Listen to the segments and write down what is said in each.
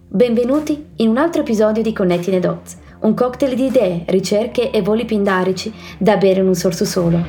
Benvenuti in un altro episodio di Connecting the Dots, un cocktail di idee, ricerche e voli pindarici da bere in un sorso solo.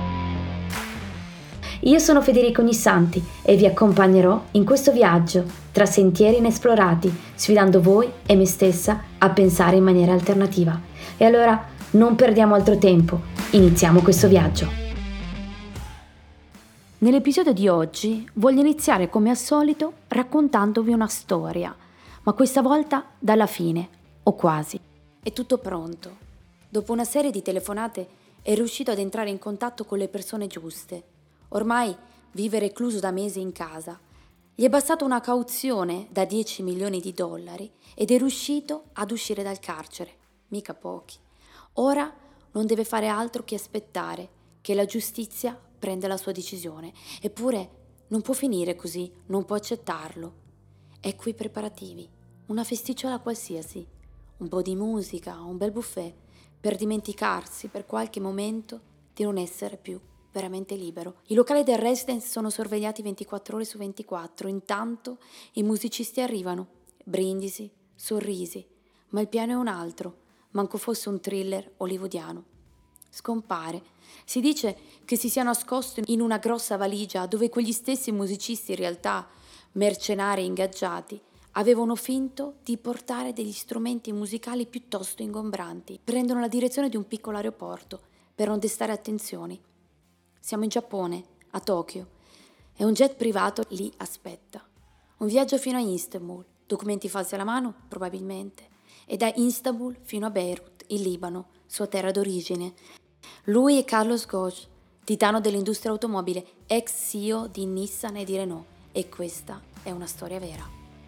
Io sono Federico Ognissanti e vi accompagnerò in questo viaggio tra sentieri inesplorati, sfidando voi e me stessa a pensare in maniera alternativa. E allora non perdiamo altro tempo, iniziamo questo viaggio. Nell'episodio di oggi voglio iniziare come al solito raccontandovi una storia, ma questa volta dalla fine, o quasi. È tutto pronto. Dopo una serie di telefonate è riuscito ad entrare in contatto con le persone giuste. Ormai vive recluso da mesi in casa. Gli è bastata una cauzione da 10 milioni di dollari ed è riuscito ad uscire dal carcere. Mica pochi. Ora non deve fare altro che aspettare che la giustizia prenda la sua decisione. Eppure non può finire così, non può accettarlo. Ecco i preparativi, una festicciola qualsiasi, un po' di musica, un bel buffet, per dimenticarsi per qualche momento di non essere più veramente libero. I locali del residence sono sorvegliati 24 ore su 24, intanto i musicisti arrivano, brindisi, sorrisi, ma il piano è un altro, manco fosse un thriller hollywoodiano. Scompare. Si dice che si sia nascosto in una grossa valigia dove quegli stessi musicisti in realtà mercenari ingaggiati, avevano finto di portare degli strumenti musicali piuttosto ingombranti. Prendono la direzione di un piccolo aeroporto per non destare attenzioni. Siamo in Giappone, a Tokyo, e un jet privato li aspetta. Un viaggio fino a Istanbul, documenti falsi alla mano, probabilmente, e da Istanbul fino a Beirut, in Libano, sua terra d'origine. Lui è Carlos Ghosn, titano dell'industria automobile, ex CEO di Nissan e di Renault. E questa è una storia vera.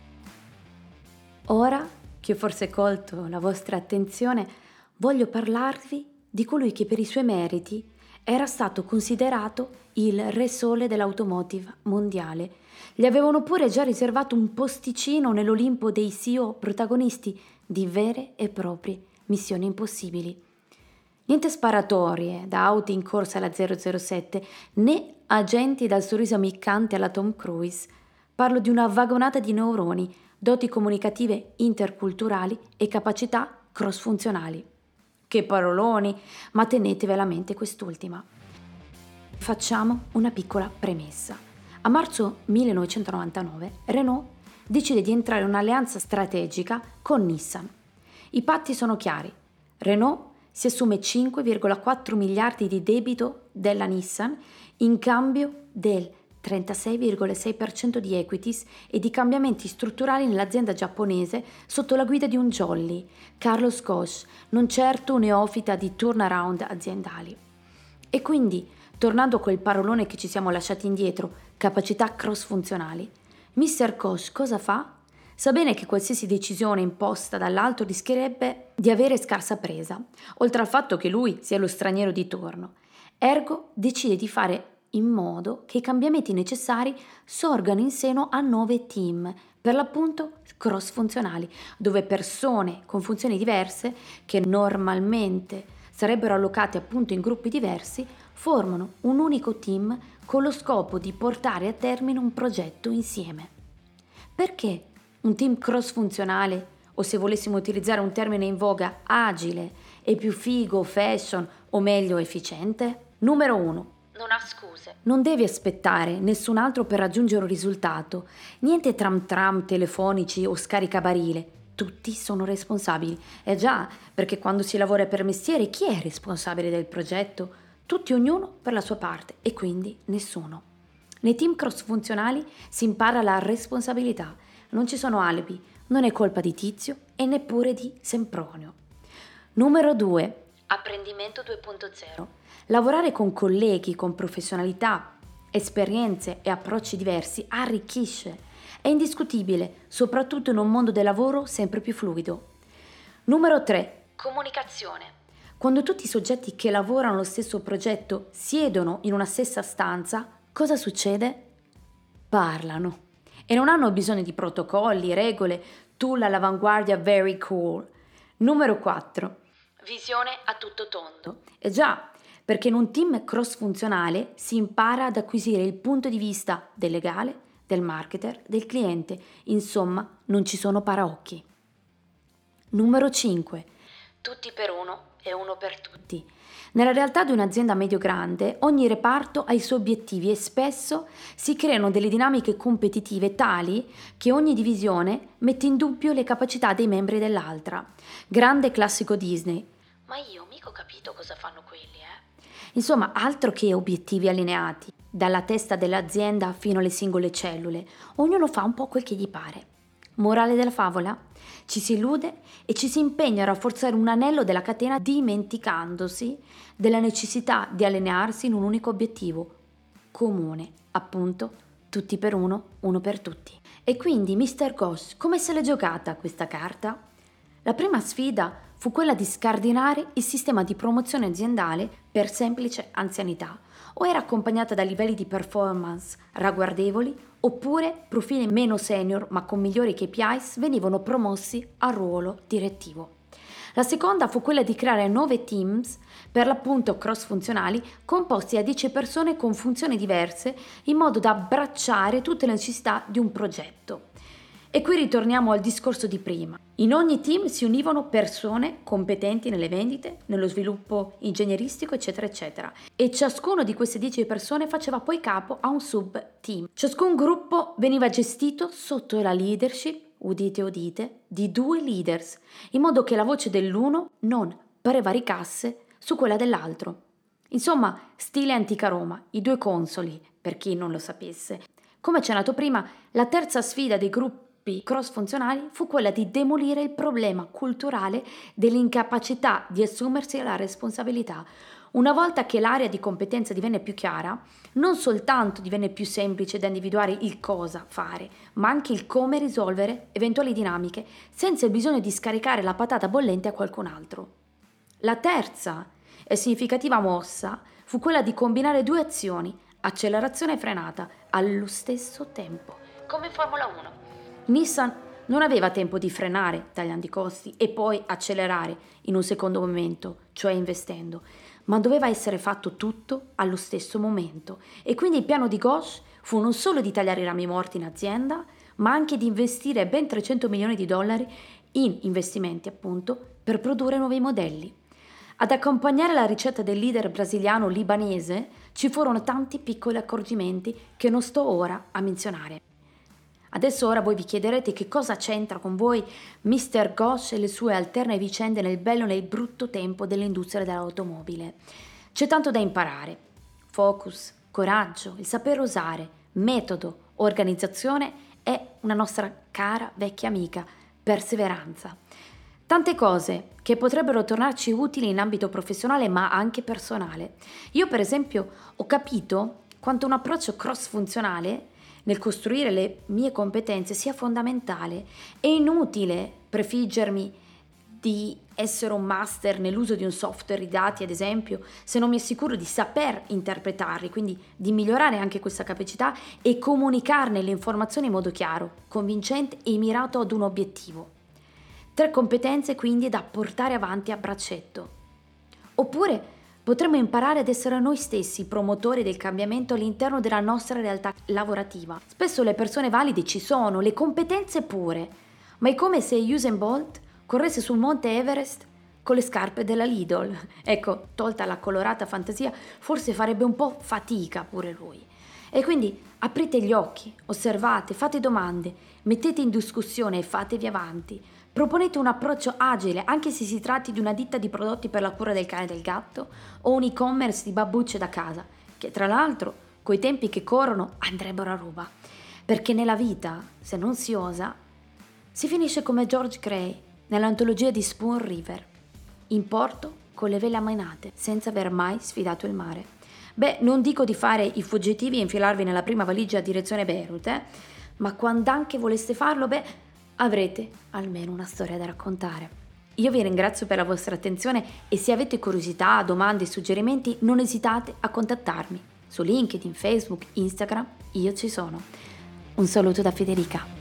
Ora che ho forse colto la vostra attenzione, voglio parlarvi di colui che per i suoi meriti era stato considerato il re sole dell'automotive mondiale. Gli avevano pure già riservato un posticino nell'Olimpo dei CEO protagonisti di vere e proprie missioni impossibili. Niente sparatorie da auto in corsa alla 007, né agenti dal sorriso ammiccante alla Tom Cruise. Parlo di una vagonata di neuroni, doti comunicative interculturali e capacità cross-funzionali. Che paroloni, ma tenetevela a mente quest'ultima. Facciamo una piccola premessa. A marzo 1999 Renault decide di entrare in un'alleanza strategica con Nissan. I patti sono chiari. Renault si assume 5,4 miliardi di debito della Nissan in cambio del 36,6% di equities e di cambiamenti strutturali nell'azienda giapponese sotto la guida di un jolly, Carlos Ghosn, non certo un neofita di turnaround aziendali. E quindi, tornando a quel parolone che ci siamo lasciati indietro, capacità cross-funzionali, Mr. Ghosn cosa fa? Sa bene che qualsiasi decisione imposta dall'alto rischierebbe di avere scarsa presa, oltre al fatto che lui sia lo straniero di torno. Ergo decide di fare in modo che i cambiamenti necessari sorgano in seno a 9 team, per l'appunto cross-funzionali, dove persone con funzioni diverse, che normalmente sarebbero allocate appunto in gruppi diversi, formano un unico team con lo scopo di portare a termine un progetto insieme. Perché un team cross-funzionale, o se volessimo utilizzare un termine in voga, agile, è più figo, fashion o meglio efficiente? Numero 1. Non ha scuse. Non devi aspettare nessun altro per raggiungere un risultato. Niente tram telefonici o scaricabarile. Tutti sono responsabili. Già, perché quando si lavora per mestiere, chi è responsabile del progetto? Tutti, ognuno per la sua parte, e quindi nessuno. Nei team cross-funzionali si impara la responsabilità. Non ci sono alibi, non è colpa di Tizio e neppure di Sempronio. Numero 2. Apprendimento 2.0. Lavorare con colleghi con professionalità, esperienze e approcci diversi arricchisce. È indiscutibile, soprattutto in un mondo del lavoro sempre più fluido. Numero 3. Comunicazione. Quando tutti i soggetti che lavorano allo stesso progetto siedono in una stessa stanza, cosa succede? Parlano. E non hanno bisogno di protocolli, regole, tool all'avanguardia very cool. Numero 4. Visione a tutto tondo. Già, perché in un team cross-funzionale si impara ad acquisire il punto di vista del legale, del marketer, del cliente. Insomma, non ci sono paraocchi. Numero 5. Tutti per uno e uno per tutti. Nella realtà di un'azienda medio-grande, ogni reparto ha i suoi obiettivi e spesso si creano delle dinamiche competitive tali che ogni divisione mette in dubbio le capacità dei membri dell'altra. Grande classico Disney. Ma io mica ho capito cosa fanno quelli, Insomma, altro che obiettivi allineati, dalla testa dell'azienda fino alle singole cellule. Ognuno fa un po' quel che gli pare. Morale della favola? Ci si illude e ci si impegna a rafforzare un anello della catena dimenticandosi della necessità di allinearsi in un unico obiettivo comune, appunto, tutti per uno, uno per tutti. E quindi, Mr. Ghosh, come se l'è giocata questa carta? La prima sfida fu quella di scardinare il sistema di promozione aziendale per semplice anzianità, o era accompagnata da livelli di performance ragguardevoli, oppure profili meno senior ma con migliori KPIs venivano promossi al ruolo direttivo. La seconda fu quella di creare 9 teams, per l'appunto cross-funzionali, composti da 10 persone con funzioni diverse, in modo da abbracciare tutte le necessità di un progetto. E qui ritorniamo al discorso di prima. In ogni team si univano persone competenti nelle vendite, nello sviluppo ingegneristico, eccetera, eccetera. E ciascuno di queste 10 persone faceva poi capo a un sub-team. Ciascun gruppo veniva gestito sotto la leadership, udite udite, di 2 leaders, in modo che la voce dell'uno non prevaricasse su quella dell'altro. Insomma, stile antica Roma, i 2 consoli, per chi non lo sapesse. Come accennato prima, la terza sfida dei gruppi cross-funzionali fu quella di demolire il problema culturale dell'incapacità di assumersi la responsabilità. Una volta che l'area di competenza divenne più chiara, non soltanto divenne più semplice da individuare il cosa fare, ma anche il come risolvere eventuali dinamiche senza il bisogno di scaricare la patata bollente a qualcun altro. La terza e significativa mossa fu quella di combinare 2 azioni, accelerazione e frenata, allo stesso tempo, come in Formula 1. Nissan non aveva tempo di frenare tagliando i costi e poi accelerare in un secondo momento, cioè investendo, ma doveva essere fatto tutto allo stesso momento. E quindi il piano di Ghosh fu non solo di tagliare i rami morti in azienda, ma anche di investire ben 300 milioni di dollari in investimenti, appunto, per produrre nuovi modelli. Ad accompagnare la ricetta del leader brasiliano-libanese ci furono tanti piccoli accorgimenti che non sto ora a menzionare. Adesso ora voi vi chiederete che cosa c'entra con voi Mr. Ghosh e le sue alterne vicende nel bello e nel brutto tempo dell'industria dell'automobile. C'è tanto da imparare. Focus, coraggio, il saper osare, metodo, organizzazione e una nostra cara vecchia amica, perseveranza. Tante cose che potrebbero tornarci utili in ambito professionale ma anche personale. Io per esempio ho capito quanto un approccio cross-funzionale nel costruire le mie competenze sia fondamentale. È inutile prefiggermi di essere un master nell'uso di un software, i dati ad esempio, se non mi assicuro di saper interpretarli, quindi di migliorare anche questa capacità e comunicarne le informazioni in modo chiaro, convincente e mirato ad un obiettivo. 3 competenze quindi da portare avanti a braccetto. Oppure potremmo imparare ad essere noi stessi promotori del cambiamento all'interno della nostra realtà lavorativa. Spesso le persone valide ci sono, le competenze pure, ma è come se Usain Bolt corresse sul monte Everest con le scarpe della Lidl. Ecco, tolta la colorata fantasia, forse farebbe un po' fatica pure lui. E quindi aprite gli occhi, osservate, fate domande, mettete in discussione e fatevi avanti. Proponete un approccio agile, anche se si tratti di una ditta di prodotti per la cura del cane e del gatto o un e-commerce di babbucce da casa, che tra l'altro, coi tempi che corrono, andrebbero a ruba. Perché nella vita, se non si osa, si finisce come George Gray nell'antologia di Spoon River, in porto con le vele ammainate, senza aver mai sfidato il mare. Beh, non dico di fare i fuggitivi e infilarvi nella prima valigia a direzione Beirut, ma quando anche voleste farlo, avrete almeno una storia da raccontare. Io vi ringrazio per la vostra attenzione e se avete curiosità, domande e suggerimenti non esitate a contattarmi. Su LinkedIn, Facebook, Instagram, io ci sono. Un saluto da Federica.